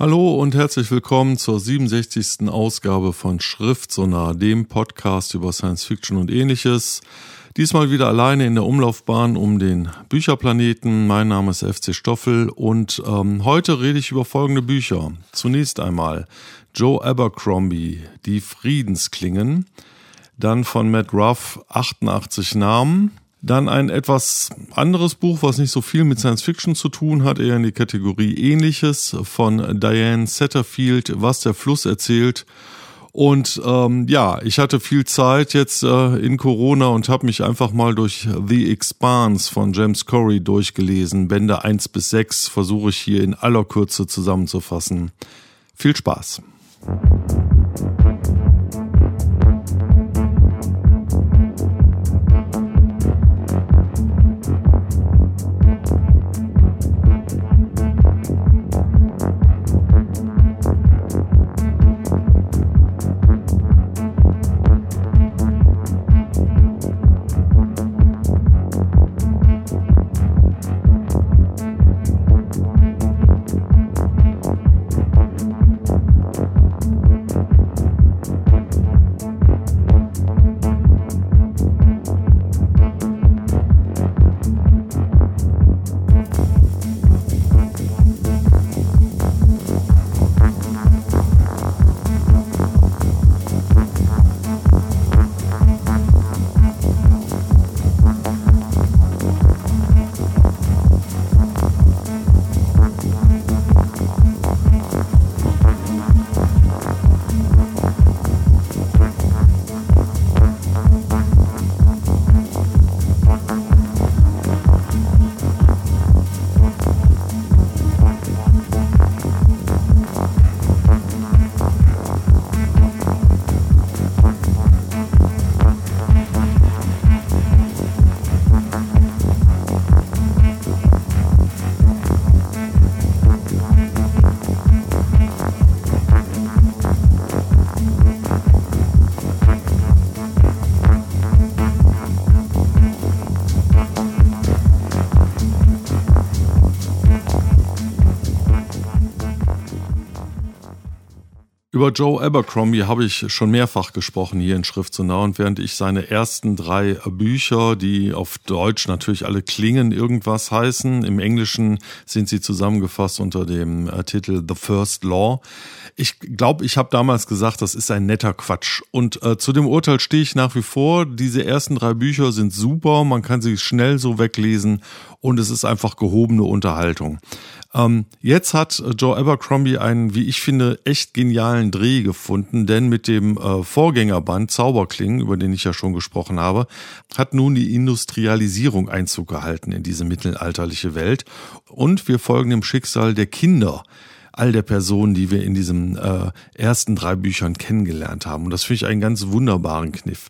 Hallo und herzlich willkommen zur 67. Ausgabe von Schriftsonar, dem Podcast über Science Fiction und Ähnliches. Diesmal wieder alleine in der Umlaufbahn um den Bücherplaneten. Mein Name ist FC Stoffel und heute rede ich über folgende Bücher. Zunächst einmal Joe Abercrombie, Die Friedensklingen. Dann von Matt Ruff, 88 Namen. Dann ein etwas anderes Buch, was nicht so viel mit Science Fiction zu tun hat, eher in die Kategorie Ähnliches, von Diane Satterfield, Was der Fluss erzählt. Und ich hatte viel Zeit jetzt in Corona und habe mich einfach mal durch The Expanse von James Corey durchgelesen. Bände 1 bis 6 versuche ich hier in aller Kürze zusammenzufassen. Viel Spaß! Über Joe Abercrombie habe ich schon mehrfach gesprochen hier in Schriftsonar, und während ich seine ersten 3 Bücher, die auf Deutsch natürlich alle Klingen irgendwas heißen, im Englischen sind sie zusammengefasst unter dem Titel The First Law. Ich glaube, ich habe damals gesagt, das ist ein netter Quatsch, und zu dem Urteil stehe ich nach wie vor. Diese ersten 3 Bücher sind super, man kann sie schnell so weglesen und es ist einfach gehobene Unterhaltung. Jetzt hat Joe Abercrombie einen, wie ich finde, echt genialen Dreh gefunden, denn mit dem Vorgängerband Zauberklingen, über den ich ja schon gesprochen habe, hat nun die Industrialisierung Einzug gehalten in diese mittelalterliche Welt, und wir folgen dem Schicksal der Kinder all der Personen, die wir in diesen ersten 3 Büchern kennengelernt haben. Und das finde ich einen ganz wunderbaren Kniff.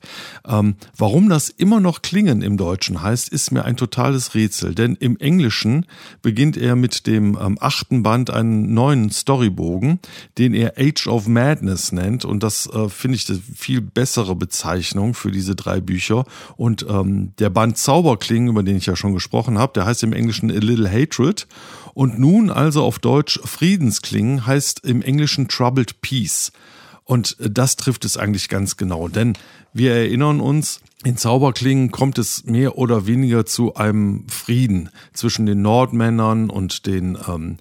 Warum das immer noch Klingen im Deutschen heißt, ist mir ein totales Rätsel. Denn im Englischen beginnt er mit dem 8. Band einen neuen Storybogen, den er Age of Madness nennt. Und das finde ich eine viel bessere Bezeichnung für diese 3 Bücher. Und der Band Zauberklingen, über den ich ja schon gesprochen habe, der heißt im Englischen A Little Hatred. Und nun also auf Deutsch Friedensklingen heißt im Englischen Troubled Peace. Und das trifft es eigentlich ganz genau, denn wir erinnern uns, in Zauberklingen kommt es mehr oder weniger zu einem Frieden zwischen den Nordmännern und den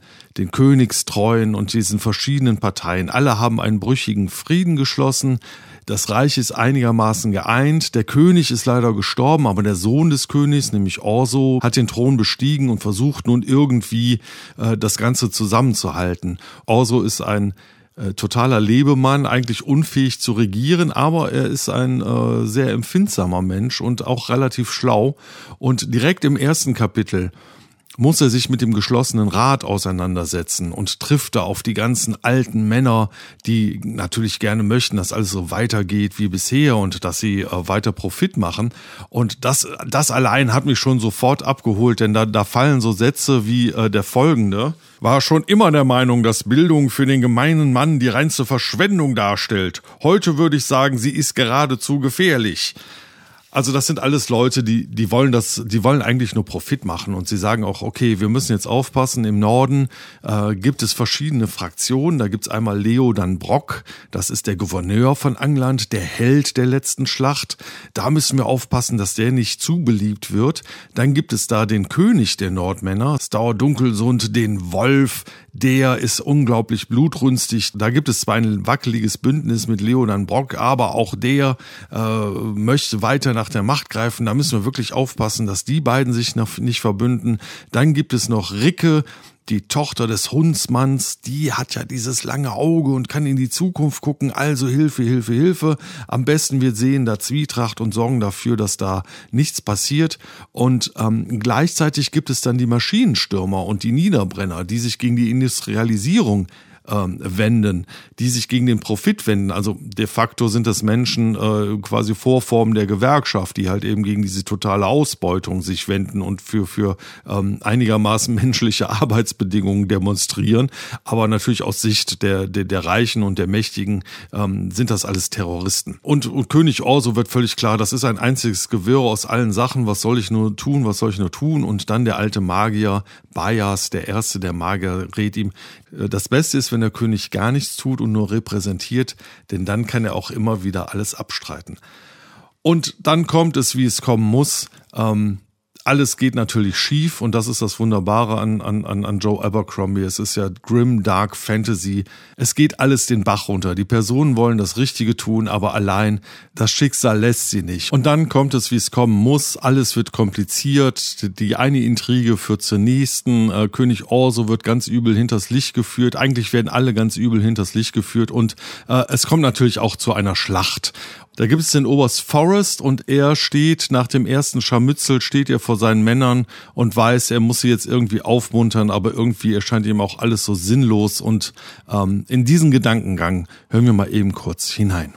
Königstreuen und diesen verschiedenen Parteien. Alle haben einen brüchigen Frieden geschlossen. Das Reich ist einigermaßen geeint. Der König ist leider gestorben, aber der Sohn des Königs, nämlich Orso, hat den Thron bestiegen und versucht nun irgendwie das Ganze zusammenzuhalten. Orso ist ein totaler Lebemann, eigentlich unfähig zu regieren, aber er ist ein sehr empfindsamer Mensch und auch relativ schlau. Und direkt im ersten Kapitel muss er sich mit dem geschlossenen Rat auseinandersetzen und trifft da auf die ganzen alten Männer, die natürlich gerne möchten, dass alles so weitergeht wie bisher und dass sie weiter Profit machen. Und das allein hat mich schon sofort abgeholt, denn da fallen so Sätze wie der folgende: War schon immer der Meinung, dass Bildung für den gemeinen Mann die reinste Verschwendung darstellt. Heute würde ich sagen, sie ist geradezu gefährlich. Also das sind alles Leute, die wollen eigentlich nur Profit machen und sie sagen auch, okay, wir müssen jetzt aufpassen, im Norden gibt es verschiedene Fraktionen, da gibt's einmal Leodan Brock, das ist der Gouverneur von Angland, der Held der letzten Schlacht, da müssen wir aufpassen, dass der nicht zu beliebt wird. Dann gibt es da den König der Nordmänner, Staur Dunkelsund, den Wolf, der ist unglaublich blutrünstig, da gibt es zwar ein wackeliges Bündnis mit Leodan Brock, aber auch der möchte weiter nach der Macht greifen. Da müssen wir wirklich aufpassen, dass die beiden sich noch nicht verbünden. Dann gibt es noch Ricke, die Tochter des Hundsmanns, die hat ja dieses lange Auge und kann in die Zukunft gucken, also Hilfe, Hilfe, Hilfe. Am besten wir sehen da Zwietracht und sorgen dafür, dass da nichts passiert. Und gleichzeitig gibt es dann die Maschinenstürmer und die Niederbrenner, die sich gegen die Industrialisierung wenden, die sich gegen den Profit wenden. Also de facto sind das Menschen quasi Vorformen der Gewerkschaft, die halt eben gegen diese totale Ausbeutung sich wenden und für einigermaßen menschliche Arbeitsbedingungen demonstrieren. Aber natürlich aus Sicht der Reichen und der Mächtigen sind das alles Terroristen. Und König Orso wird völlig klar, das ist ein einziges Gewirr aus allen Sachen. Was soll ich nur tun? Was soll ich nur tun? Und dann der alte Magier Bayas, der erste der Magier, rät ihm, das Beste ist, wenn der König gar nichts tut und nur repräsentiert, denn dann kann er auch immer wieder alles abstreiten. Und dann kommt es, wie es kommen muss. Alles geht natürlich schief und das ist das Wunderbare an Joe Abercrombie. Es ist ja grim, dark Fantasy. Es geht alles den Bach runter. Die Personen wollen das Richtige tun, aber allein das Schicksal lässt sie nicht. Und dann kommt es, wie es kommen muss. Alles wird kompliziert. Die eine Intrige führt zur nächsten. König Orso wird ganz übel hinters Licht geführt. Eigentlich werden alle ganz übel hinters Licht geführt und es kommt natürlich auch zu einer Schlacht. Da gibt es den Oberst Forrest und er steht nach dem ersten Scharmützel, steht er vor seinen Männern und weiß, er muss sie jetzt irgendwie aufmuntern, aber irgendwie erscheint ihm auch alles so sinnlos und in diesen Gedankengang hören wir mal eben kurz hinein.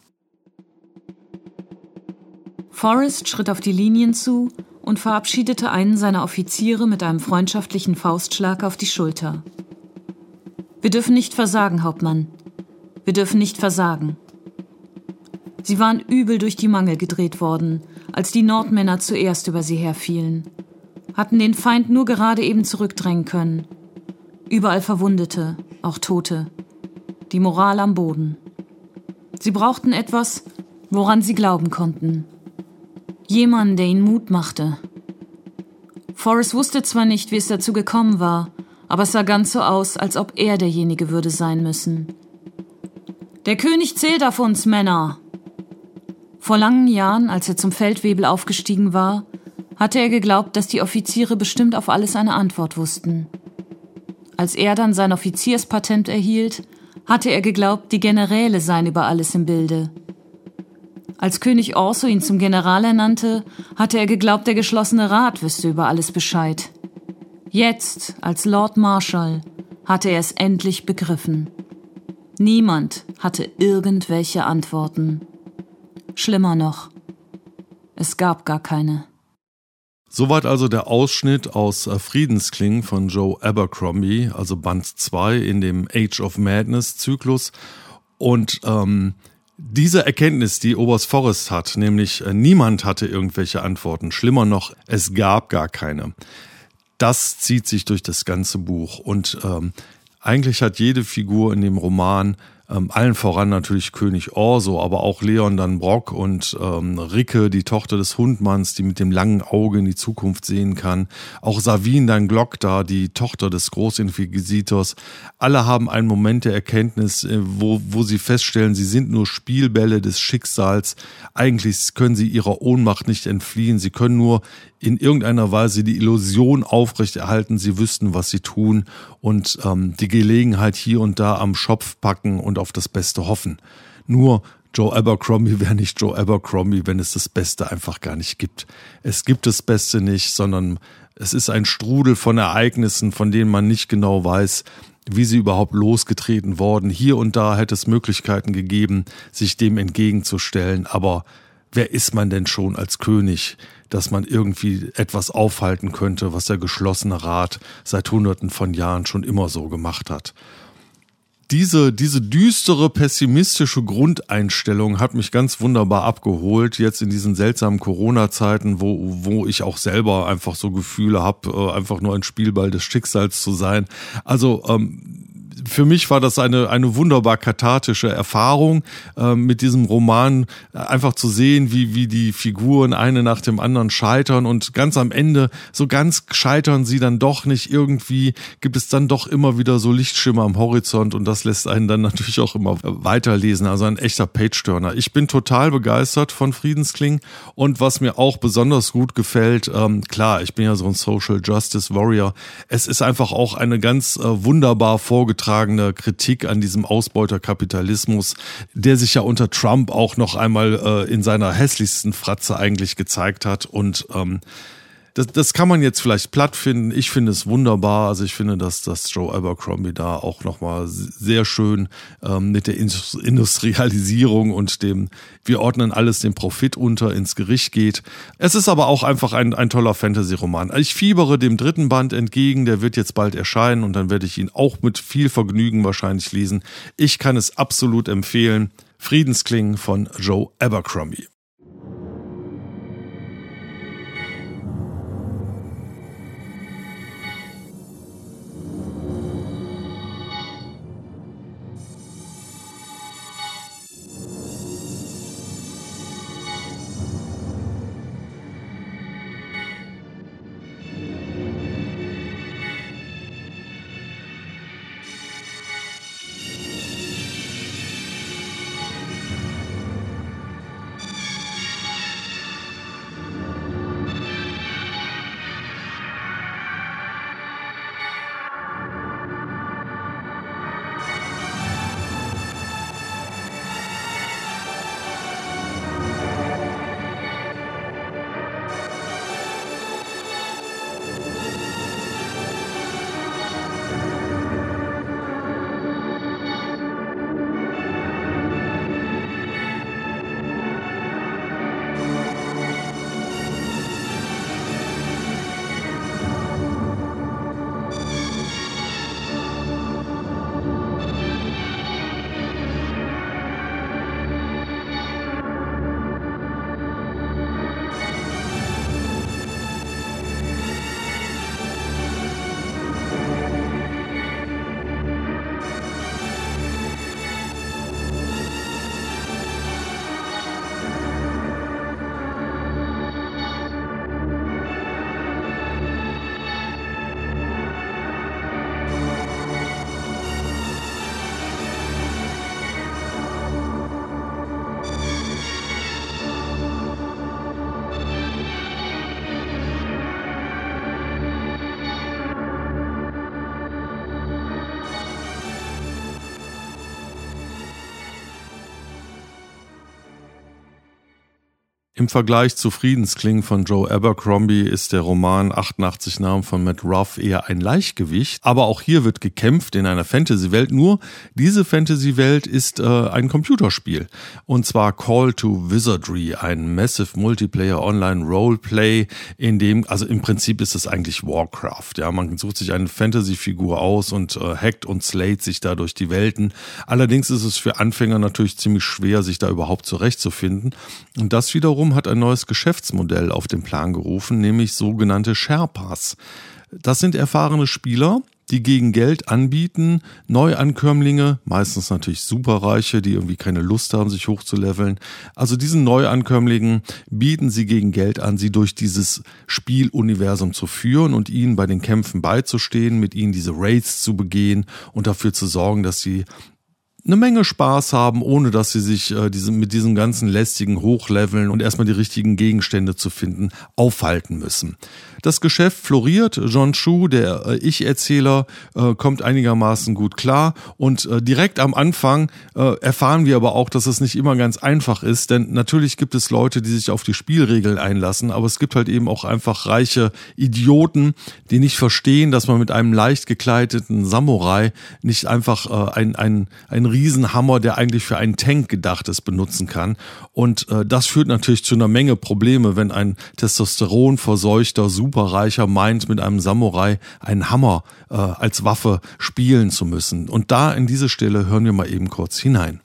Forrest schritt auf die Linien zu und verabschiedete einen seiner Offiziere mit einem freundschaftlichen Faustschlag auf die Schulter. Wir dürfen nicht versagen, Hauptmann. Wir dürfen nicht versagen. Sie waren übel durch die Mangel gedreht worden, als die Nordmänner zuerst über sie herfielen. Hatten den Feind nur gerade eben zurückdrängen können. Überall Verwundete, auch Tote. Die Moral am Boden. Sie brauchten etwas, woran sie glauben konnten. Jemanden, der ihnen Mut machte. Forrest wusste zwar nicht, wie es dazu gekommen war, aber es sah ganz so aus, als ob er derjenige würde sein müssen. Der König zählt auf uns, Männer! Vor langen Jahren, als er zum Feldwebel aufgestiegen war, hatte er geglaubt, dass die Offiziere bestimmt auf alles eine Antwort wussten. Als er dann sein Offizierspatent erhielt, hatte er geglaubt, die Generäle seien über alles im Bilde. Als König Orso ihn zum General ernannte, hatte er geglaubt, der geschlossene Rat wüsste über alles Bescheid. Jetzt, als Lord Marshal, hatte er es endlich begriffen. Niemand hatte irgendwelche Antworten. Schlimmer noch, es gab gar keine. Soweit also der Ausschnitt aus Friedensklingen von Joe Abercrombie, also Band 2 in dem Age of Madness Zyklus. Und diese Erkenntnis, die Oberst Forrest hat, nämlich niemand hatte irgendwelche Antworten, schlimmer noch, es gab gar keine. Das zieht sich durch das ganze Buch und eigentlich hat jede Figur in dem Roman, allen voran natürlich König Orso, aber auch Leodan Brock und Ricke, die Tochter des Hundmanns, die mit dem langen Auge in die Zukunft sehen kann. Auch Savine dan Glokta, die Tochter des Großinquisitors. Alle haben einen Moment der Erkenntnis, wo sie feststellen, sie sind nur Spielbälle des Schicksals. Eigentlich können sie ihrer Ohnmacht nicht entfliehen. Sie können nur in irgendeiner Weise die Illusion aufrechterhalten, sie wüssten, was sie tun und die Gelegenheit hier und da am Schopf packen und auf das Beste hoffen. Nur Joe Abercrombie wäre nicht Joe Abercrombie, wenn es das Beste einfach gar nicht gibt. Es gibt das Beste nicht, sondern es ist ein Strudel von Ereignissen, von denen man nicht genau weiß, wie sie überhaupt losgetreten worden. Hier und da hätte es Möglichkeiten gegeben, sich dem entgegenzustellen, aber wer ist man denn schon als König, dass man irgendwie etwas aufhalten könnte, was der geschlossene Rat seit Hunderten von Jahren schon immer so gemacht hat? Diese düstere, pessimistische Grundeinstellung hat mich ganz wunderbar abgeholt, jetzt in diesen seltsamen Corona-Zeiten, wo ich auch selber einfach so Gefühle habe, einfach nur ein Spielball des Schicksals zu sein. Also für mich war das eine wunderbar kathartische Erfahrung, mit diesem Roman einfach zu sehen, wie die Figuren eine nach dem anderen scheitern und ganz am Ende, so ganz scheitern sie dann doch nicht. Irgendwie gibt es dann doch immer wieder so Lichtschimmer am Horizont und das lässt einen dann natürlich auch immer weiterlesen. Also ein echter Page-Turner. Ich bin total begeistert von Friedensklingen und was mir auch besonders gut gefällt, klar, ich bin ja so ein Social Justice Warrior, es ist einfach auch eine ganz wunderbar vorgetragene Kritik an diesem Ausbeuterkapitalismus, der sich ja unter Trump auch noch einmal in seiner hässlichsten Fratze eigentlich gezeigt hat. Und das kann man jetzt vielleicht platt finden. Ich finde es wunderbar. Also ich finde, dass Joe Abercrombie da auch nochmal sehr schön mit der Industrialisierung und dem, wir ordnen alles dem Profit unter, ins Gericht geht. Es ist aber auch einfach ein toller Fantasy-Roman. Ich fiebere dem 3. Band entgegen, der wird jetzt bald erscheinen und dann werde ich ihn auch mit viel Vergnügen wahrscheinlich lesen. Ich kann es absolut empfehlen. Friedensklingen von Joe Abercrombie. Im Vergleich zu Friedensklingen von Joe Abercrombie ist der Roman 88 Namen von Matt Ruff eher ein Leichtgewicht. Aber auch hier wird gekämpft in einer Fantasy-Welt. Nur diese Fantasy-Welt ist ein Computerspiel. Und zwar Call to Wizardry, ein Massive Multiplayer Online Roleplay, in dem, also im Prinzip ist es eigentlich Warcraft. Ja, man sucht sich eine Fantasy-Figur aus und hackt und slayt sich da durch die Welten. Allerdings ist es für Anfänger natürlich ziemlich schwer, sich da überhaupt zurechtzufinden. Und das wiederum hat ein neues Geschäftsmodell auf den Plan gerufen, nämlich sogenannte Sherpas. Das sind erfahrene Spieler, die gegen Geld anbieten, Neuankömmlinge, meistens natürlich Superreiche, die irgendwie keine Lust haben, sich hochzuleveln. Also diesen Neuankömmlingen bieten sie gegen Geld an, sie durch dieses Spieluniversum zu führen und ihnen bei den Kämpfen beizustehen, mit ihnen diese Raids zu begehen und dafür zu sorgen, dass sie eine Menge Spaß haben, ohne dass sie sich mit diesem ganzen lästigen Hochleveln und erstmal die richtigen Gegenstände zu finden, aufhalten müssen. Das Geschäft floriert. John Chu, der Ich-Erzähler, kommt einigermaßen gut klar und direkt am Anfang erfahren wir aber auch, dass es nicht immer ganz einfach ist, denn natürlich gibt es Leute, die sich auf die Spielregeln einlassen, aber es gibt halt eben auch einfach reiche Idioten, die nicht verstehen, dass man mit einem leicht gekleideten Samurai nicht einfach ein Riesenhammer, der eigentlich für einen Tank gedacht ist, benutzen kann. Und das führt natürlich zu einer Menge Probleme, wenn ein testosteronverseuchter Superreicher meint, mit einem Samurai einen Hammer als Waffe spielen zu müssen. Und da in diese Stelle hören wir mal eben kurz hinein.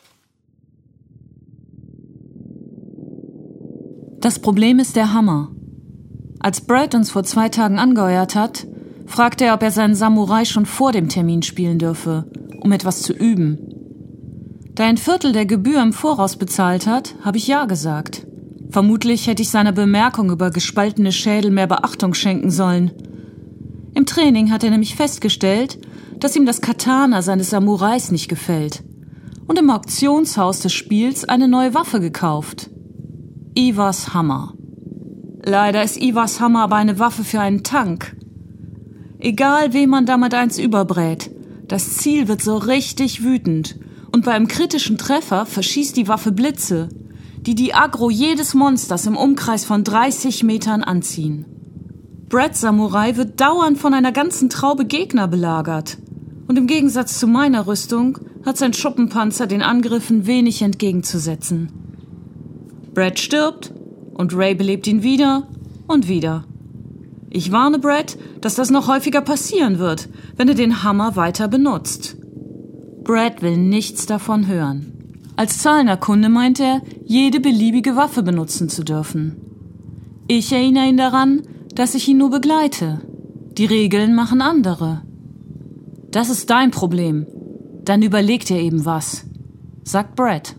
Das Problem ist der Hammer. Als Brad uns vor 2 Tagen angeheuert hat, fragte er, ob er seinen Samurai schon vor dem Termin spielen dürfe, um etwas zu üben. Da er 1/4 der Gebühr im Voraus bezahlt hat, habe ich ja gesagt. Vermutlich hätte ich seiner Bemerkung über gespaltene Schädel mehr Beachtung schenken sollen. Im Training hat er nämlich festgestellt, dass ihm das Katana seines Samurais nicht gefällt und im Auktionshaus des Spiels eine neue Waffe gekauft. Iwas Hammer. Leider ist Iwas Hammer aber eine Waffe für einen Tank. Egal, wem man damit eins überbrät, das Ziel wird so richtig wütend und bei einem kritischen Treffer verschießt die Waffe Blitze, die Aggro jedes Monsters im Umkreis von 30 Metern anziehen. Brads Samurai wird dauernd von einer ganzen Traube Gegner belagert und im Gegensatz zu meiner Rüstung hat sein Schuppenpanzer den Angriffen wenig entgegenzusetzen. Brad stirbt und Ray belebt ihn wieder und wieder. Ich warne Brad, dass das noch häufiger passieren wird, wenn er den Hammer weiter benutzt. Brad will nichts davon hören. Als Zahlenerkunde meint er, jede beliebige Waffe benutzen zu dürfen. Ich erinnere ihn daran, dass ich ihn nur begleite. Die Regeln machen andere. Das ist dein Problem. Dann überleg dir eben was, sagt Brad.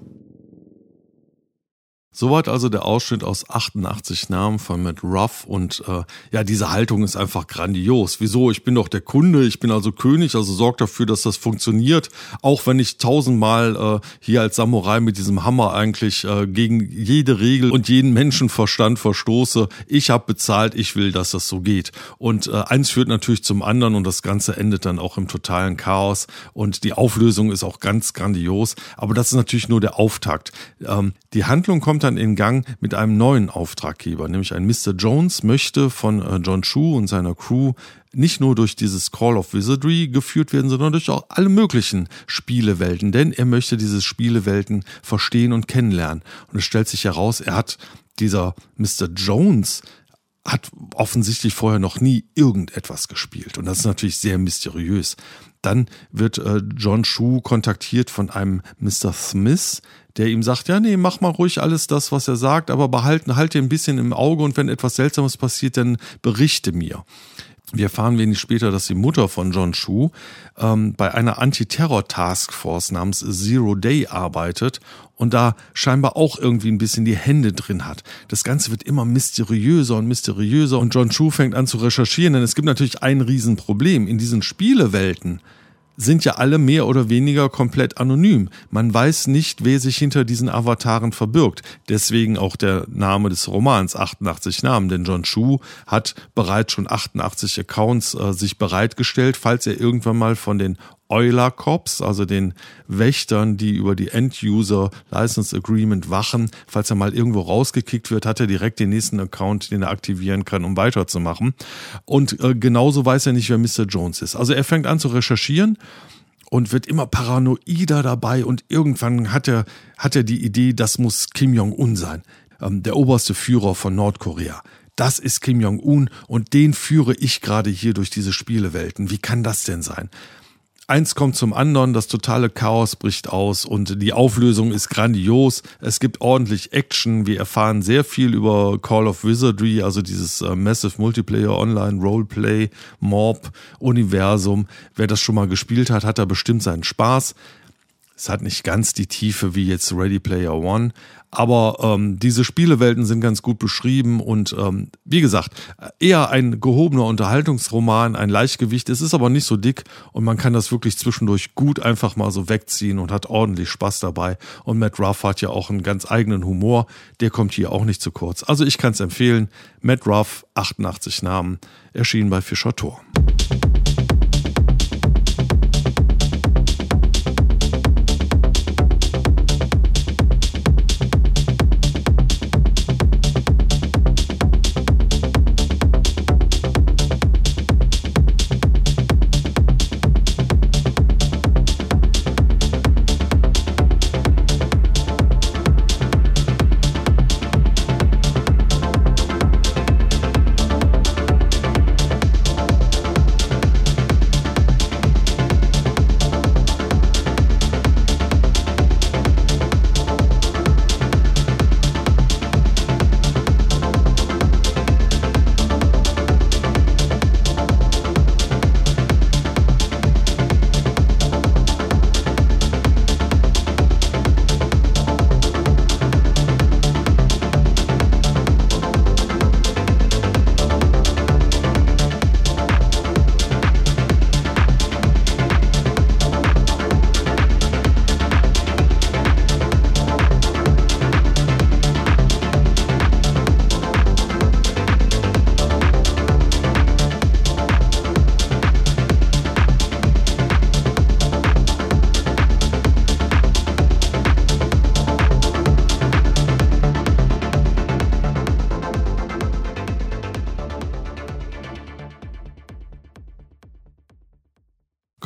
Soweit also der Ausschnitt aus 88 Namen von Matt Ruff und diese Haltung ist einfach grandios. Wieso? Ich bin doch der Kunde, ich bin also König, also sorg dafür, dass das funktioniert, auch wenn ich 1000-mal hier als Samurai mit diesem Hammer eigentlich gegen jede Regel und jeden Menschenverstand verstoße. Ich habe bezahlt, ich will, dass das so geht. Und eins führt natürlich zum anderen und das Ganze endet dann auch im totalen Chaos und die Auflösung ist auch ganz grandios, aber das ist natürlich nur der Auftakt. Die Handlung kommt dann in Gang mit einem neuen Auftraggeber, nämlich ein Mr. Jones möchte von John Chu und seiner Crew nicht nur durch dieses Call of Wizardry geführt werden, sondern durch auch alle möglichen Spielewelten, denn er möchte diese Spielewelten verstehen und kennenlernen. Und es stellt sich heraus, dieser Mr. Jones hat offensichtlich vorher noch nie irgendetwas gespielt und das ist natürlich sehr mysteriös. Dann wird John Chu kontaktiert von einem Mr. Smith, der ihm sagt, ja nee, mach mal ruhig alles das, was er sagt, aber halt dir ein bisschen im Auge und wenn etwas Seltsames passiert, dann berichte mir. Wir erfahren wenig später, dass die Mutter von John Chu bei einer Antiterror-Taskforce namens Zero Day arbeitet und da scheinbar auch irgendwie ein bisschen die Hände drin hat. Das Ganze wird immer mysteriöser und John Chu fängt an zu recherchieren, denn es gibt natürlich ein Riesenproblem. In diesen Spielewelten sind ja alle mehr oder weniger komplett anonym. Man weiß nicht, wer sich hinter diesen Avataren verbirgt. Deswegen auch der Name des Romans, 88 Namen. Denn John Chu hat bereits schon 88 Accounts sich bereitgestellt, falls er irgendwann mal von den Euler Cops, also den Wächtern, die über die End-User License Agreement wachen, falls er mal irgendwo rausgekickt wird, hat er direkt den nächsten Account, den er aktivieren kann, um weiterzumachen. Und genauso weiß er nicht, wer Mr. Jones ist. Also er fängt an zu recherchieren und wird immer paranoider dabei und irgendwann hat er die Idee, das muss Kim Jong-un sein, der oberste Führer von Nordkorea. Das ist Kim Jong-un und den führe ich gerade hier durch diese Spielewelten. Wie kann das denn sein? Eins kommt zum anderen, das totale Chaos bricht aus und die Auflösung ist grandios. Es gibt ordentlich Action. Wir erfahren sehr viel über Call of Wizardry, also dieses Massive Multiplayer Online Roleplay Mob Universum. Wer das schon mal gespielt hat, hat da bestimmt seinen Spaß. Es hat nicht ganz die Tiefe wie jetzt Ready Player One, aber diese Spielewelten sind ganz gut beschrieben und wie gesagt, eher ein gehobener Unterhaltungsroman, ein Leichtgewicht. Es ist aber nicht so dick und man kann das wirklich zwischendurch gut einfach mal so wegziehen und hat ordentlich Spaß dabei. Und Matt Ruff hat ja auch einen ganz eigenen Humor, der kommt hier auch nicht zu kurz. Also ich kann es empfehlen, Matt Ruff, 88 Namen, erschienen bei Fischer Tor.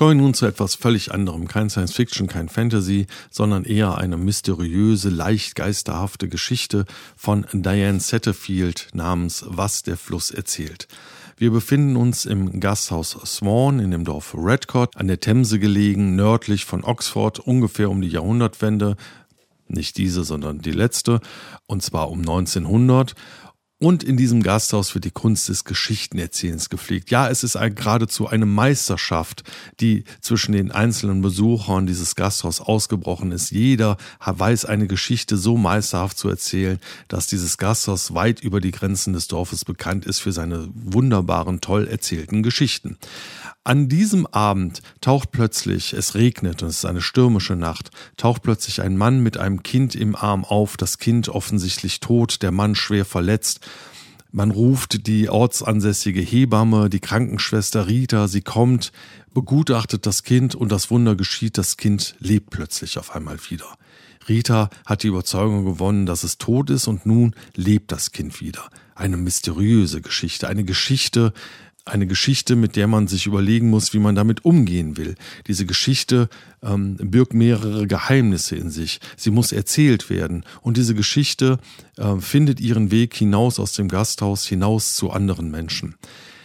Kommen wir nun zu etwas völlig anderem. Kein Science-Fiction, kein Fantasy, sondern eher eine mysteriöse, leicht geisterhafte Geschichte von Diane Setterfield namens Was der Fluss erzählt. Wir befinden uns im Gasthaus Swan in dem Dorf Redcott, an der Themse gelegen, nördlich von Oxford, ungefähr um die Jahrhundertwende. Nicht diese, sondern die letzte, und zwar um 1900. Und in diesem Gasthaus wird die Kunst des Geschichtenerzählens gepflegt. Ja, es ist geradezu eine Meisterschaft, die zwischen den einzelnen Besuchern dieses Gasthauses ausgebrochen ist. Jeder weiß eine Geschichte so meisterhaft zu erzählen, dass dieses Gasthaus weit über die Grenzen des Dorfes bekannt ist für seine wunderbaren, toll erzählten Geschichten. An diesem Abend taucht plötzlich, es regnet und es ist eine stürmische Nacht, taucht plötzlich ein Mann mit einem Kind im Arm auf, das Kind offensichtlich tot, der Mann schwer verletzt. Man ruft die ortsansässige Hebamme, die Krankenschwester Rita, sie kommt, begutachtet das Kind und das Wunder geschieht, das Kind lebt plötzlich auf einmal wieder. Rita hat die Überzeugung gewonnen, dass es tot ist und nun lebt das Kind wieder. Eine mysteriöse Geschichte, eine Geschichte, mit der man sich überlegen muss, wie man damit umgehen will. Diese Geschichte birgt mehrere Geheimnisse in sich. Sie muss erzählt werden. Und diese Geschichte findet ihren Weg hinaus aus dem Gasthaus, hinaus zu anderen Menschen.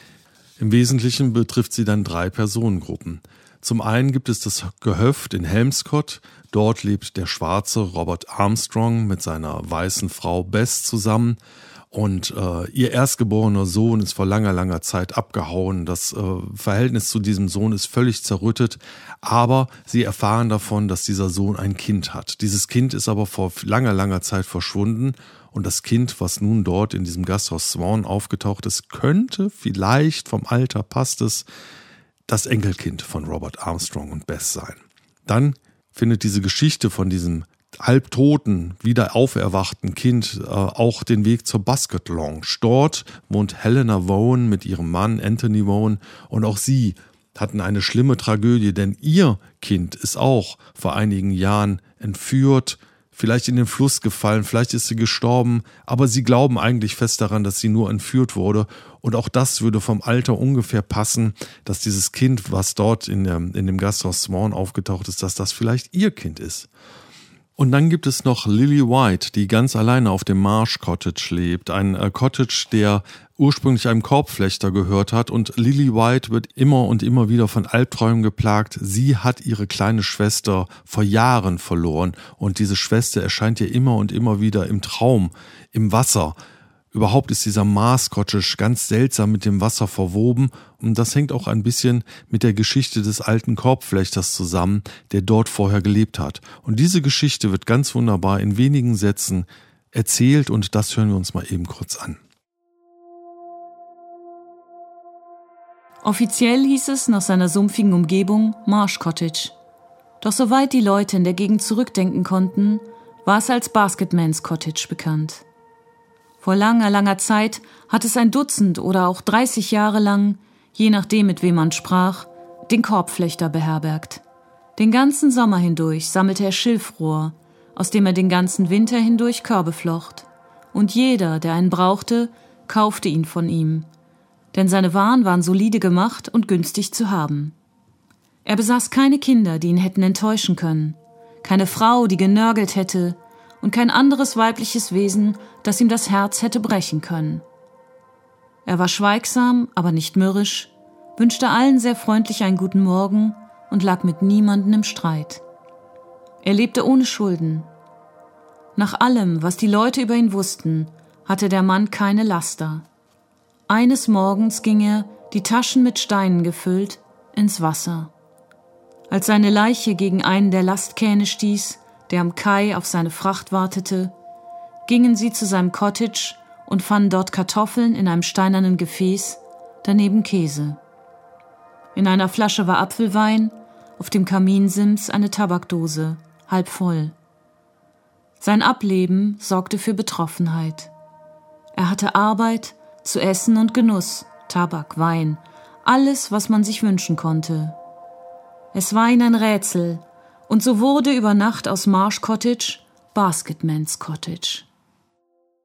Im Wesentlichen betrifft sie dann 3 Personengruppen. Zum einen gibt es das Gehöft in Helmscott. Dort lebt der schwarze Robert Armstrong mit seiner weißen Frau Bess zusammen. Und ihr erstgeborener Sohn ist vor langer, langer Zeit abgehauen. Das Verhältnis zu diesem Sohn ist völlig zerrüttet. Aber sie erfahren davon, dass dieser Sohn ein Kind hat. Dieses Kind ist aber vor langer, langer Zeit verschwunden. Und das Kind, was nun dort in diesem Gasthaus Swan aufgetaucht ist, könnte vielleicht, vom Alter passt es, das Enkelkind von Robert Armstrong und Bess sein. Dann findet diese Geschichte von diesem halbtoten, wieder auferwachten Kind auch den Weg zur Basket Lounge. Dort wohnt Helena Vaughan mit ihrem Mann Anthony Vaughan und auch sie hatten eine schlimme Tragödie, denn ihr Kind ist auch vor einigen Jahren entführt, vielleicht in den Fluss gefallen, vielleicht ist sie gestorben, aber sie glauben eigentlich fest daran, dass sie nur entführt wurde und auch das würde vom Alter ungefähr passen, dass dieses Kind, was dort in dem Gasthaus Swan aufgetaucht ist, dass das vielleicht ihr Kind ist. Und dann gibt es noch Lily White, die ganz alleine auf dem Marsh Cottage lebt. Ein Cottage, der ursprünglich einem Korbflechter gehört hat. Und Lily White wird immer und immer wieder von Albträumen geplagt. Sie hat ihre kleine Schwester vor Jahren verloren. Und diese Schwester erscheint ihr immer und immer wieder im Traum, im Wasser. Überhaupt ist dieser Marsh Cottage ganz seltsam mit dem Wasser verwoben und das hängt auch ein bisschen mit der Geschichte des alten Korbflechters zusammen, der dort vorher gelebt hat. Und diese Geschichte wird ganz wunderbar in wenigen Sätzen erzählt und das hören wir uns mal eben kurz an. Offiziell hieß es nach seiner sumpfigen Umgebung Marsh Cottage. Doch soweit die Leute in der Gegend zurückdenken konnten, war es als Basketman's Cottage bekannt. Vor langer, langer Zeit hat es ein Dutzend oder auch 30 Jahre lang, je nachdem mit wem man sprach, den Korbflechter beherbergt. Den ganzen Sommer hindurch sammelte er Schilfrohr, aus dem er den ganzen Winter hindurch Körbe flocht. Und jeder, der einen brauchte, kaufte ihn von ihm. Denn seine Waren waren solide gemacht und günstig zu haben. Er besaß keine Kinder, die ihn hätten enttäuschen können, keine Frau, die genörgelt hätte, und kein anderes weibliches Wesen, das ihm das Herz hätte brechen können. Er war schweigsam, aber nicht mürrisch, wünschte allen sehr freundlich einen guten Morgen und lag mit niemandem im Streit. Er lebte ohne Schulden. Nach allem, was die Leute über ihn wussten, hatte der Mann keine Laster. Eines Morgens ging er, die Taschen mit Steinen gefüllt, ins Wasser. Als seine Leiche gegen einen der Lastkähne stieß, der am Kai auf seine Fracht wartete, gingen sie zu seinem Cottage und fanden dort Kartoffeln in einem steinernen Gefäß, daneben Käse. In einer Flasche war Apfelwein, auf dem Kaminsims eine Tabakdose, halb voll. Sein Ableben sorgte für Betroffenheit. Er hatte Arbeit, zu essen und Genuss, Tabak, Wein, alles, was man sich wünschen konnte. Es war ihm ein Rätsel, und so wurde über Nacht aus Marsh Cottage Basketman's Cottage.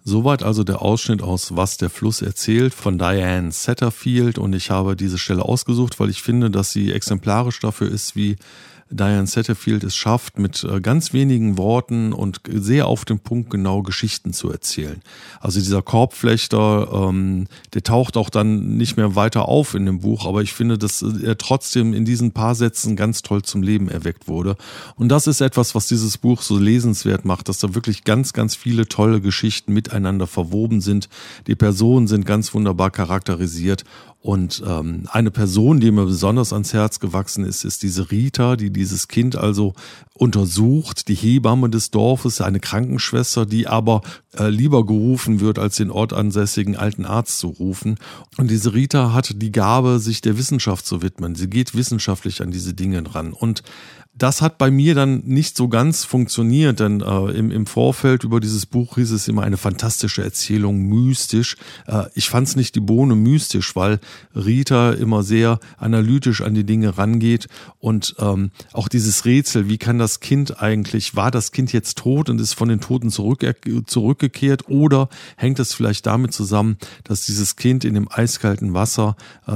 Soweit also der Ausschnitt aus Was der Fluss erzählt von Diane Satterfield, und ich habe diese Stelle ausgesucht, weil ich finde, dass sie exemplarisch dafür ist, wie Diane Satterfield es schafft, mit ganz wenigen Worten und sehr auf den Punkt genau Geschichten zu erzählen. Also dieser Korbflechter, der taucht auch dann nicht mehr weiter auf in dem Buch, aber ich finde, dass er trotzdem in diesen paar Sätzen ganz toll zum Leben erweckt wurde. Und das ist etwas, was dieses Buch so lesenswert macht, dass da wirklich ganz, ganz viele tolle Geschichten miteinander verwoben sind. Die Personen sind ganz wunderbar charakterisiert. Und eine Person, die mir besonders ans Herz gewachsen ist, ist diese Rita, die dieses Kind also untersucht, die Hebamme des Dorfes, eine Krankenschwester, die aber lieber gerufen wird, als den ortansässigen alten Arzt zu rufen. Und diese Rita hat die Gabe, sich der Wissenschaft zu widmen. Sie geht wissenschaftlich an diese Dinge ran. Und das hat bei mir dann nicht so ganz funktioniert, denn im Vorfeld über dieses Buch hieß es immer eine fantastische Erzählung, mystisch. Ich fand es nicht die Bohne mystisch, weil Rita immer sehr analytisch an die Dinge rangeht und auch dieses Rätsel, wie kann das Kind eigentlich, war das Kind jetzt tot und ist von den Toten zurückgekehrt, oder hängt es vielleicht damit zusammen, dass dieses Kind in dem eiskalten Wasser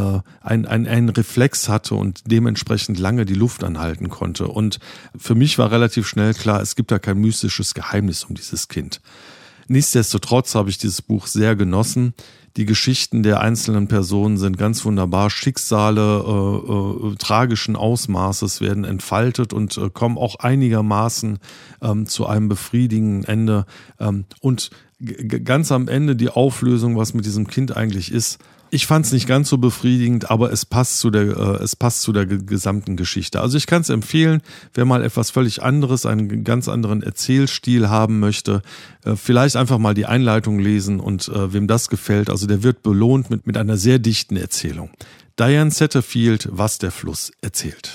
einen Reflex hatte und dementsprechend lange die Luft anhalten konnte. Und für mich war relativ schnell klar, es gibt da kein mystisches Geheimnis um dieses Kind. Nichtsdestotrotz habe ich dieses Buch sehr genossen. Die Geschichten der einzelnen Personen sind ganz wunderbar. Schicksale tragischen Ausmaßes werden entfaltet und kommen auch einigermaßen zu einem befriedigenden Ende. Und ganz am Ende die Auflösung, was mit diesem Kind eigentlich ist. Ich fand es nicht ganz so befriedigend, aber es passt zu der gesamten Geschichte. Also ich kann es empfehlen, wer mal etwas völlig anderes, einen ganz anderen Erzählstil haben möchte, vielleicht einfach mal die Einleitung lesen, und wem das gefällt, also der wird belohnt mit einer sehr dichten Erzählung. Diane Satterfield, Was der Fluss erzählt.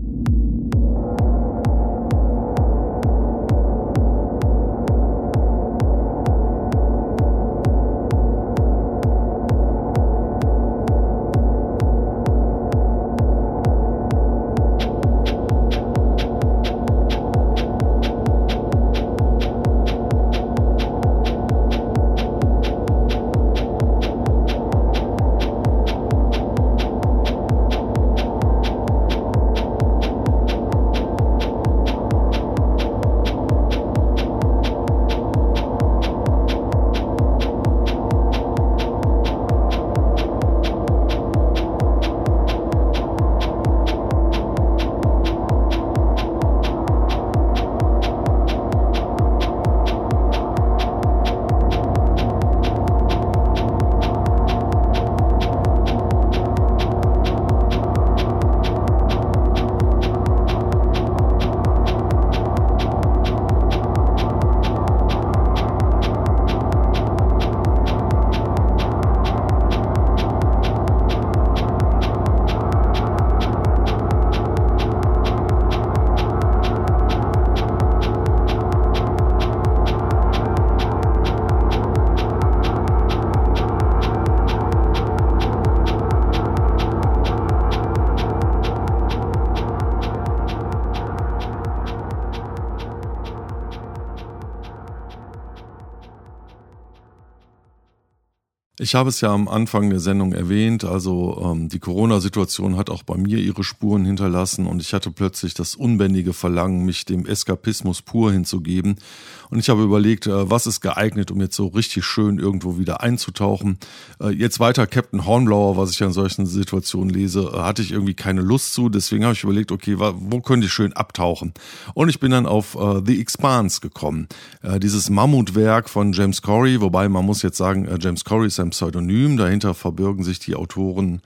Ich habe es ja am Anfang der Sendung erwähnt, also die Corona-Situation hat auch bei mir ihre Spuren hinterlassen, und ich hatte plötzlich das unbändige Verlangen, mich dem Eskapismus pur hinzugeben. Und ich habe überlegt, was ist geeignet, um jetzt so richtig schön irgendwo wieder einzutauchen. Jetzt weiter Captain Hornblower, was ich ja in solchen Situationen lese, hatte ich irgendwie keine Lust zu. Deswegen habe ich überlegt, okay, wo könnte ich schön abtauchen? Und ich bin dann auf The Expanse gekommen. Dieses Mammutwerk von James Corey, wobei man muss jetzt sagen, James Corey ist ein Pseudonym. Dahinter verbirgen sich die Autoren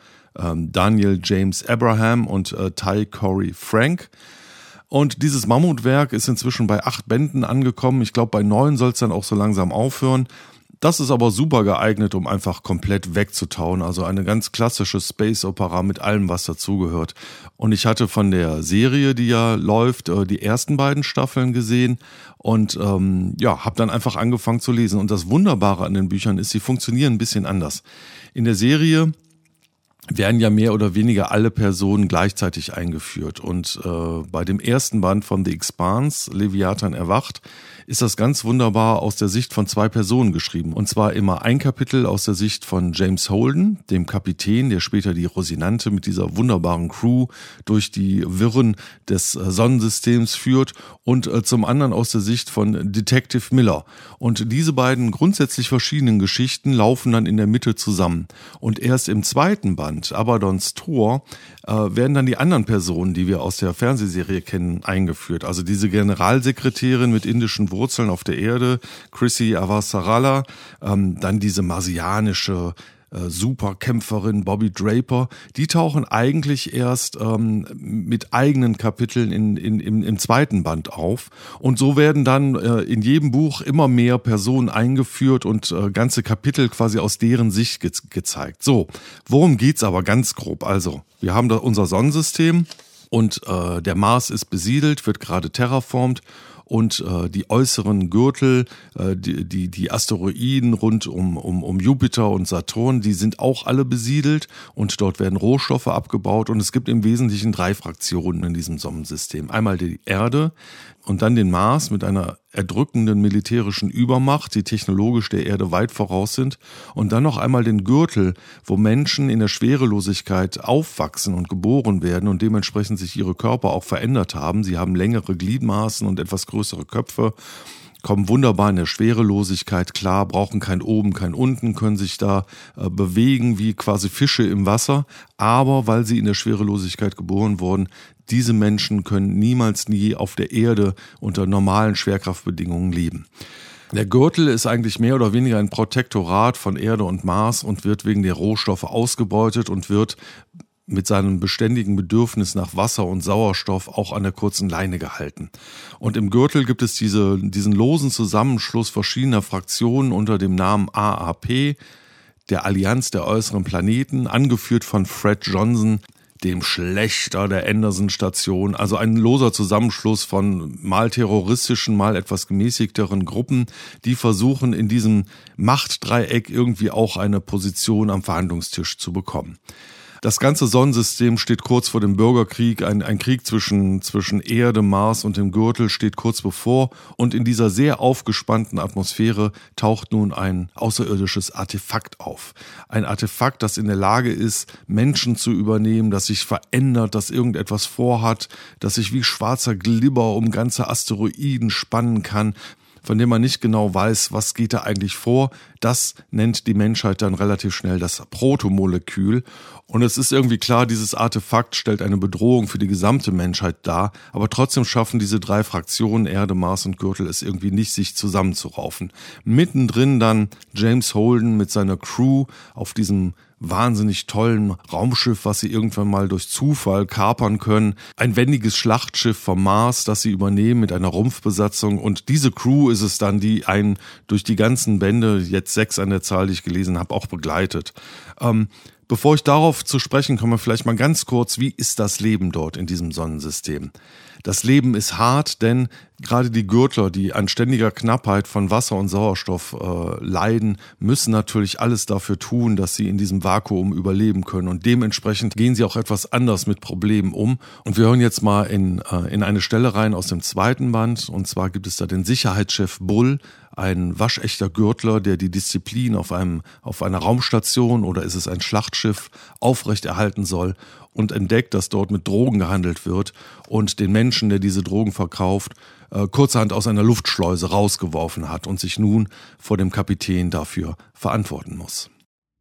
Daniel James Abraham und Ty Corey Frank. Und dieses Mammutwerk ist inzwischen bei 8 Bänden angekommen. Ich glaube, bei 9 soll es dann auch so langsam aufhören. Das ist aber super geeignet, um einfach komplett wegzutauen. Also eine ganz klassische Space-Opera mit allem, was dazugehört. Und ich hatte von der Serie, die ja läuft, die ersten beiden Staffeln gesehen und habe dann einfach angefangen zu lesen. Und das Wunderbare an den Büchern ist, sie funktionieren ein bisschen anders. In der Serie werden ja mehr oder weniger alle Personen gleichzeitig eingeführt. Und bei dem ersten Band von The Expanse, Leviathan erwacht, ist das ganz wunderbar aus der Sicht von 2 Personen geschrieben. Und zwar immer ein Kapitel aus der Sicht von James Holden, dem Kapitän, der später die Rosinante mit dieser wunderbaren Crew durch die Wirren des Sonnensystems führt, und zum anderen aus der Sicht von Detective Miller. Und diese beiden grundsätzlich verschiedenen Geschichten laufen dann in der Mitte zusammen. Und erst im zweiten Band, Abaddons Tor, werden dann die anderen Personen, die wir aus der Fernsehserie kennen, eingeführt. Also diese Generalsekretärin mit indischen Wurzeln auf der Erde, Chrissy Avasarala, dann diese marsianische Superkämpferin Bobby Draper, die tauchen eigentlich erst mit eigenen Kapiteln im zweiten Band auf. Und so werden dann in jedem Buch immer mehr Personen eingeführt und ganze Kapitel quasi aus deren Sicht gezeigt. So, worum geht's aber ganz grob? Also, wir haben da unser Sonnensystem und der Mars ist besiedelt, wird gerade terraformt. Und die äußeren Gürtel, die Asteroiden rund um Jupiter und Saturn, die sind auch alle besiedelt und dort werden Rohstoffe abgebaut. Und es gibt im Wesentlichen 3 Fraktionen in diesem Sonnensystem. Einmal die Erde und dann den Mars mit einer erdrückenden militärischen Übermacht, die technologisch der Erde weit voraus sind. Und dann noch einmal den Gürtel, wo Menschen in der Schwerelosigkeit aufwachsen und geboren werden und dementsprechend sich ihre Körper auch verändert haben. Sie haben längere Gliedmaßen und etwas größere Köpfe, kommen wunderbar in der Schwerelosigkeit klar, brauchen kein Oben, kein Unten, können sich da bewegen wie quasi Fische im Wasser. Aber weil sie in der Schwerelosigkeit geboren wurden, diese Menschen können niemals nie auf der Erde unter normalen Schwerkraftbedingungen leben. Der Gürtel ist eigentlich mehr oder weniger ein Protektorat von Erde und Mars und wird wegen der Rohstoffe ausgebeutet und wird mit seinem beständigen Bedürfnis nach Wasser und Sauerstoff auch an der kurzen Leine gehalten. Und im Gürtel gibt es diesen losen Zusammenschluss verschiedener Fraktionen unter dem Namen AAP, der Allianz der äußeren Planeten, angeführt von Fred Johnson, dem Schlächter der Anderson-Station, also ein loser Zusammenschluss von mal terroristischen, mal etwas gemäßigteren Gruppen, die versuchen, in diesem Machtdreieck irgendwie auch eine Position am Verhandlungstisch zu bekommen. Das ganze Sonnensystem steht kurz vor dem Bürgerkrieg, ein Krieg zwischen Erde, Mars und dem Gürtel steht kurz bevor, und in dieser sehr aufgespannten Atmosphäre taucht nun ein außerirdisches Artefakt auf. Ein Artefakt, das in der Lage ist, Menschen zu übernehmen, das sich verändert, das irgendetwas vorhat, das sich wie schwarzer Glibber um ganze Asteroiden spannen kann, von dem man nicht genau weiß, was geht da eigentlich vor. Das nennt die Menschheit dann relativ schnell das Protomolekül. Und es ist irgendwie klar, dieses Artefakt stellt eine Bedrohung für die gesamte Menschheit dar. Aber trotzdem schaffen diese 3 Fraktionen, Erde, Mars und Gürtel, es irgendwie nicht, sich zusammenzuraufen. Mittendrin dann James Holden mit seiner Crew auf diesem wahnsinnig tollen Raumschiff, was sie irgendwann mal durch Zufall kapern können. Ein wendiges Schlachtschiff vom Mars, das sie übernehmen mit einer Rumpfbesatzung. Und diese Crew ist es dann, die einen durch die ganzen Bände, jetzt 6 an der Zahl, die ich gelesen habe, auch begleitet. Bevor ich darauf zu sprechen komme, vielleicht mal ganz kurz, wie ist das Leben dort in diesem Sonnensystem? Das Leben ist hart, denn gerade die Gürtler, die an ständiger Knappheit von Wasser und Sauerstoff leiden, müssen natürlich alles dafür tun, dass sie in diesem Vakuum überleben können. Und dementsprechend gehen sie auch etwas anders mit Problemen um. Und wir hören jetzt mal in eine Stelle rein aus dem 2. Band. Und zwar gibt es da den Sicherheitschef Bull, ein waschechter Gürtler, der die Disziplin auf einer Raumstation oder ist es ein Schlachtschiff aufrechterhalten soll, und entdeckt, dass dort mit Drogen gehandelt wird und den Menschen, der diese Drogen verkauft, kurzerhand aus einer Luftschleuse rausgeworfen hat und sich nun vor dem Kapitän dafür verantworten muss.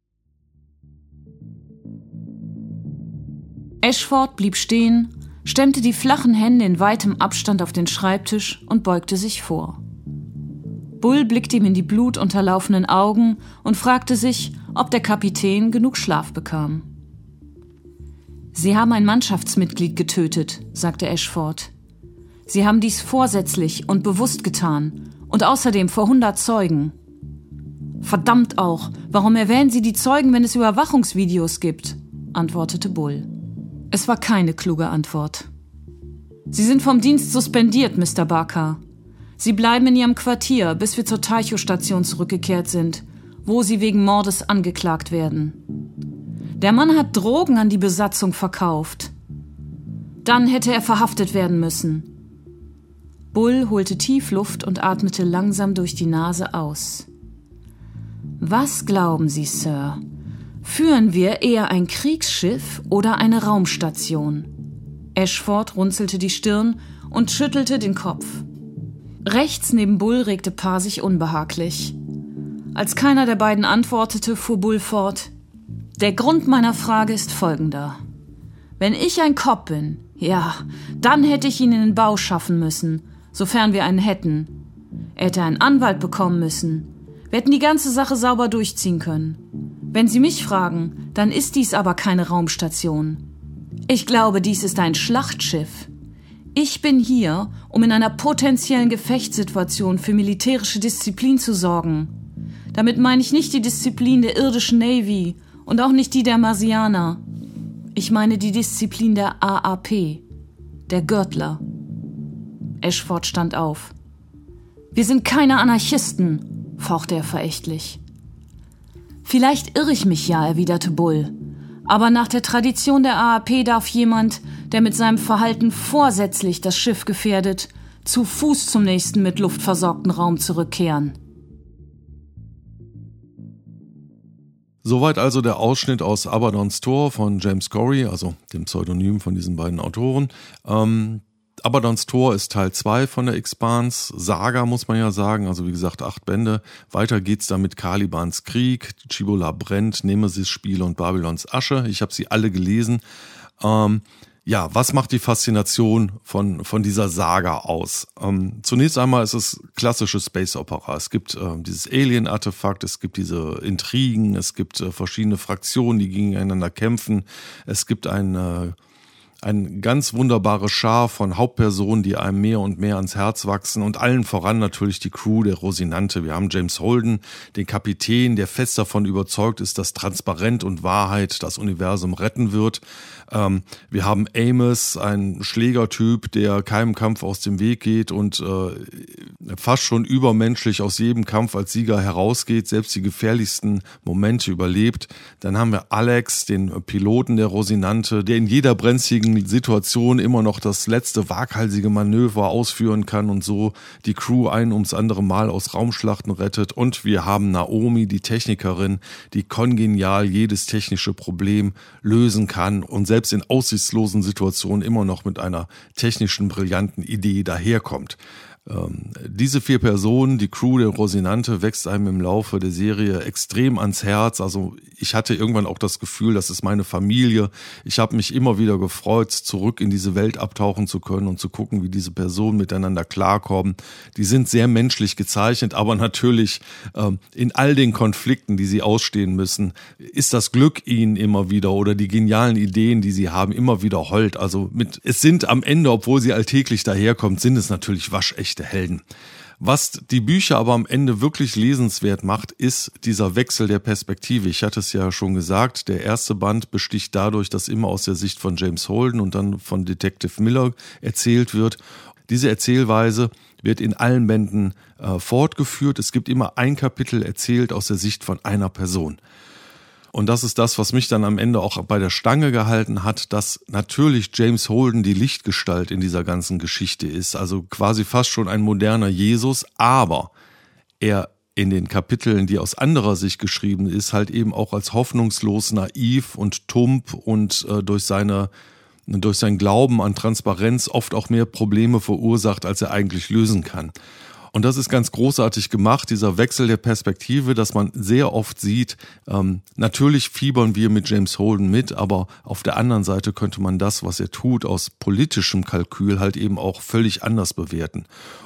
Ashford blieb stehen, stemmte die flachen Hände in weitem Abstand auf den Schreibtisch und beugte sich vor. Bull blickte ihm in die blutunterlaufenen Augen und fragte sich, ob der Kapitän genug Schlaf bekam. »Sie haben ein Mannschaftsmitglied getötet«, sagte Ashford. »Sie haben dies vorsätzlich und bewusst getan und außerdem vor 100 Zeugen.« »Verdammt auch, warum erwähnen Sie die Zeugen, wenn es Überwachungsvideos gibt?«, antwortete Bull. Es war keine kluge Antwort. »Sie sind vom Dienst suspendiert, Mr. Barker. Sie bleiben in Ihrem Quartier, bis wir zur Tycho-Station zurückgekehrt sind, wo Sie wegen Mordes angeklagt werden. Der Mann hat Drogen an die Besatzung verkauft. Dann hätte er verhaftet werden müssen. Bull holte tief Luft und atmete langsam durch die Nase aus. Was glauben Sie, Sir? Führen wir eher ein Kriegsschiff oder eine Raumstation? Ashford runzelte die Stirn und schüttelte den Kopf. Rechts neben Bull regte Parr sich unbehaglich. Als keiner der beiden antwortete, fuhr Bull fort: Der Grund meiner Frage ist folgender. Wenn ich ein Cop bin, ja, dann hätte ich ihn in den Bau schaffen müssen, sofern wir einen hätten. Er hätte einen Anwalt bekommen müssen. Wir hätten die ganze Sache sauber durchziehen können. Wenn Sie mich fragen, dann ist dies aber keine Raumstation. Ich glaube, dies ist ein Schlachtschiff. Ich bin hier, um in einer potenziellen Gefechtssituation für militärische Disziplin zu sorgen. Damit meine ich nicht die Disziplin der irdischen Navy und auch nicht die der Marsianer. Ich meine die Disziplin der AAP, der Gürtler. Ashford stand auf. Wir sind keine Anarchisten, fauchte er verächtlich. Vielleicht irre ich mich ja, erwiderte Bull. Aber nach der Tradition der AAP darf jemand, der mit seinem Verhalten vorsätzlich das Schiff gefährdet, zu Fuß zum nächsten mit Luft versorgten Raum zurückkehren. Soweit also der Ausschnitt aus Abaddon's Tor von James Corey, also dem Pseudonym von diesen beiden Autoren. Abaddon's Tor ist Teil 2 von der Expanse Saga, muss man ja sagen. Also wie gesagt, 8 Bände. Weiter geht's dann mit Kalibans Krieg, Cibola brennt, Nemesis-Spiele und Babylons Asche. Ich habe sie alle gelesen. Ja, was macht die Faszination von dieser Saga aus? Zunächst einmal ist es klassische Space Opera. Es gibt dieses Alien-Artefakt, es gibt diese Intrigen, es gibt verschiedene Fraktionen, die gegeneinander kämpfen. Es gibt eine ganz wunderbare Schar von Hauptpersonen, die einem mehr und mehr ans Herz wachsen und allen voran natürlich die Crew der Rosinante. Wir haben James Holden, den Kapitän, der fest davon überzeugt ist, dass Transparenz und Wahrheit das Universum retten wird. Wir haben Amos, ein Schlägertyp, der keinem Kampf aus dem Weg geht und fast schon übermenschlich aus jedem Kampf als Sieger herausgeht, selbst die gefährlichsten Momente überlebt. Dann haben wir Alex, den Piloten der Rosinante, der in jeder brenzligen Situation immer noch das letzte waghalsige Manöver ausführen kann und so die Crew ein ums andere Mal aus Raumschlachten rettet. Und wir haben Naomi, die Technikerin, die kongenial jedes technische Problem lösen kann und selbst in aussichtslosen Situationen immer noch mit einer technischen, brillanten Idee daherkommt. Diese 4 Personen, die Crew der Rosinante, wächst einem im Laufe der Serie extrem ans Herz. Also ich hatte irgendwann auch das Gefühl, das ist meine Familie. Ich habe mich immer wieder gefreut, zurück in diese Welt abtauchen zu können und zu gucken, wie diese Personen miteinander klarkommen. Die sind sehr menschlich gezeichnet, aber natürlich in all den Konflikten, die sie ausstehen müssen, ist das Glück ihnen immer wieder oder die genialen Ideen, die sie haben, immer wieder hold. Also es sind am Ende, obwohl sie alltäglich daherkommt, sind es natürlich waschechte Helden. Was die Bücher aber am Ende wirklich lesenswert macht, ist dieser Wechsel der Perspektive. Ich hatte es ja schon gesagt, der erste Band besticht dadurch, dass immer aus der Sicht von James Holden und dann von Detective Miller erzählt wird. Diese Erzählweise wird in allen Bänden fortgeführt. Es gibt immer ein Kapitel erzählt aus der Sicht von einer Person. Und das ist das, was mich dann am Ende auch bei der Stange gehalten hat, dass natürlich James Holden die Lichtgestalt in dieser ganzen Geschichte ist, also quasi fast schon ein moderner Jesus, aber er in den Kapiteln, die aus anderer Sicht geschrieben ist, halt eben auch als hoffnungslos naiv und tump und durch seinen Glauben an Transparenz oft auch mehr Probleme verursacht, als er eigentlich lösen kann. Und das ist ganz großartig gemacht, dieser Wechsel der Perspektive, dass man sehr oft sieht, natürlich fiebern wir mit James Holden mit, aber auf der anderen Seite könnte man das, was er tut, aus politischem Kalkül halt eben auch völlig anders bewerten.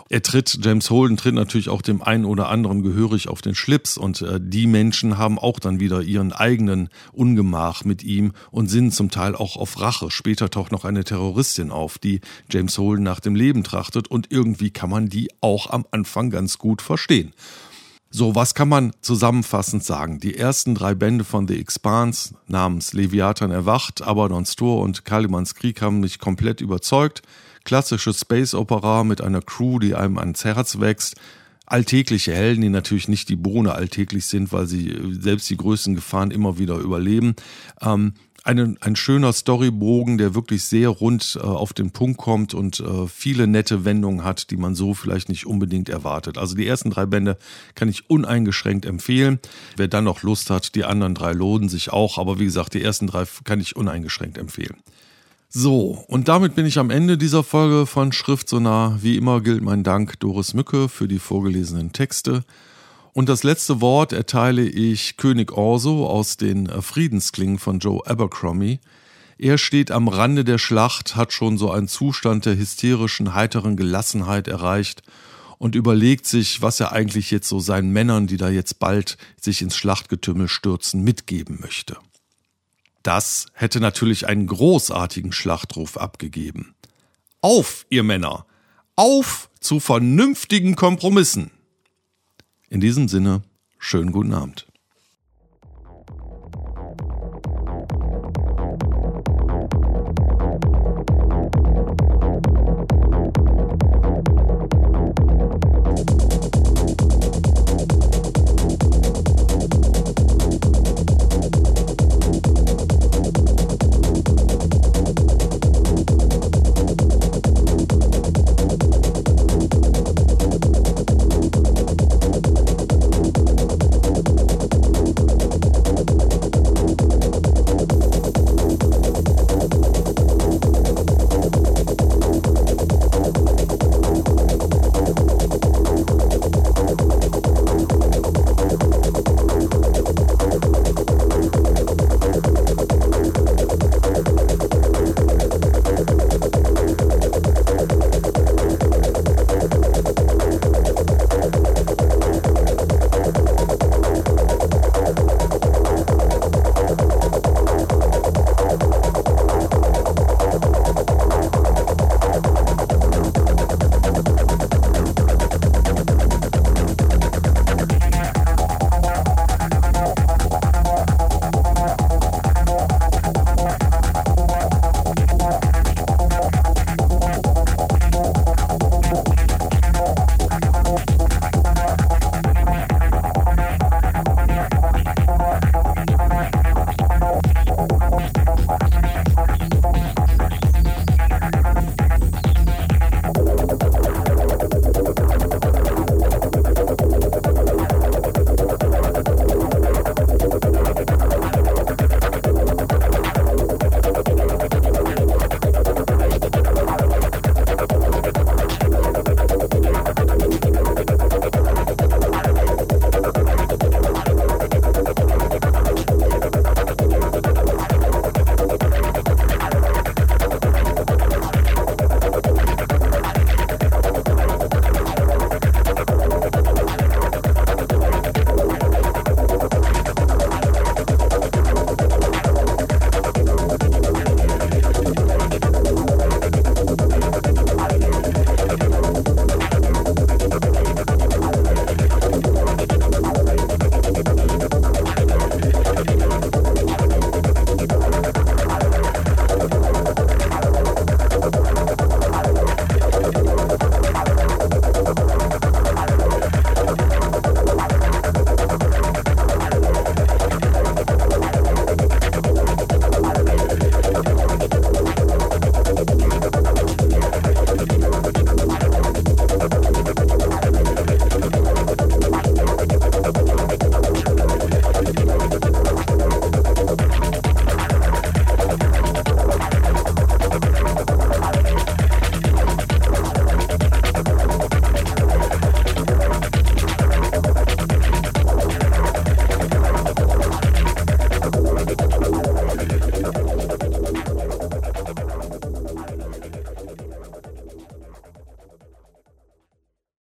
James Holden tritt natürlich auch dem einen oder anderen gehörig auf den Schlips und die Menschen haben auch dann wieder ihren eigenen Ungemach mit ihm und sind zum Teil auch auf Rache. Später taucht noch eine Terroristin auf, die James Holden nach dem Leben trachtet und irgendwie kann man die auch am Anfang ganz gut verstehen. So, was kann man zusammenfassend sagen? Die ersten 3 Bände von The Expanse namens Leviathan erwacht, Abaddon's Tor und Kalibans Krieg haben mich komplett überzeugt. Klassische Space Opera mit einer Crew, die einem ans Herz wächst. alltägliche Helden, die natürlich nicht die Bohne alltäglich sind, weil sie selbst die größten Gefahren immer wieder überleben. Ein schöner Storybogen, der wirklich sehr rund auf den Punkt kommt und viele nette Wendungen hat, die man so vielleicht nicht unbedingt erwartet. Also die ersten 3 Bände kann ich uneingeschränkt empfehlen. Wer dann noch Lust hat, die anderen 3 lohnen sich auch. Aber wie gesagt, die ersten 3 kann ich uneingeschränkt empfehlen. So, und damit bin ich am Ende dieser Folge von Schrift so nah. Wie immer gilt mein Dank Doris Mücke für die vorgelesenen Texte. Und das letzte Wort erteile ich König Orso aus den Friedensklingen von Joe Abercrombie. Er steht am Rande der Schlacht, hat schon so einen Zustand der hysterischen, heiteren Gelassenheit erreicht und überlegt sich, was er eigentlich jetzt so seinen Männern, die da jetzt bald sich ins Schlachtgetümmel stürzen, mitgeben möchte. Das hätte natürlich einen großartigen Schlachtruf abgegeben. Auf, ihr Männer! Auf zu vernünftigen Kompromissen! In diesem Sinne, schönen guten Abend.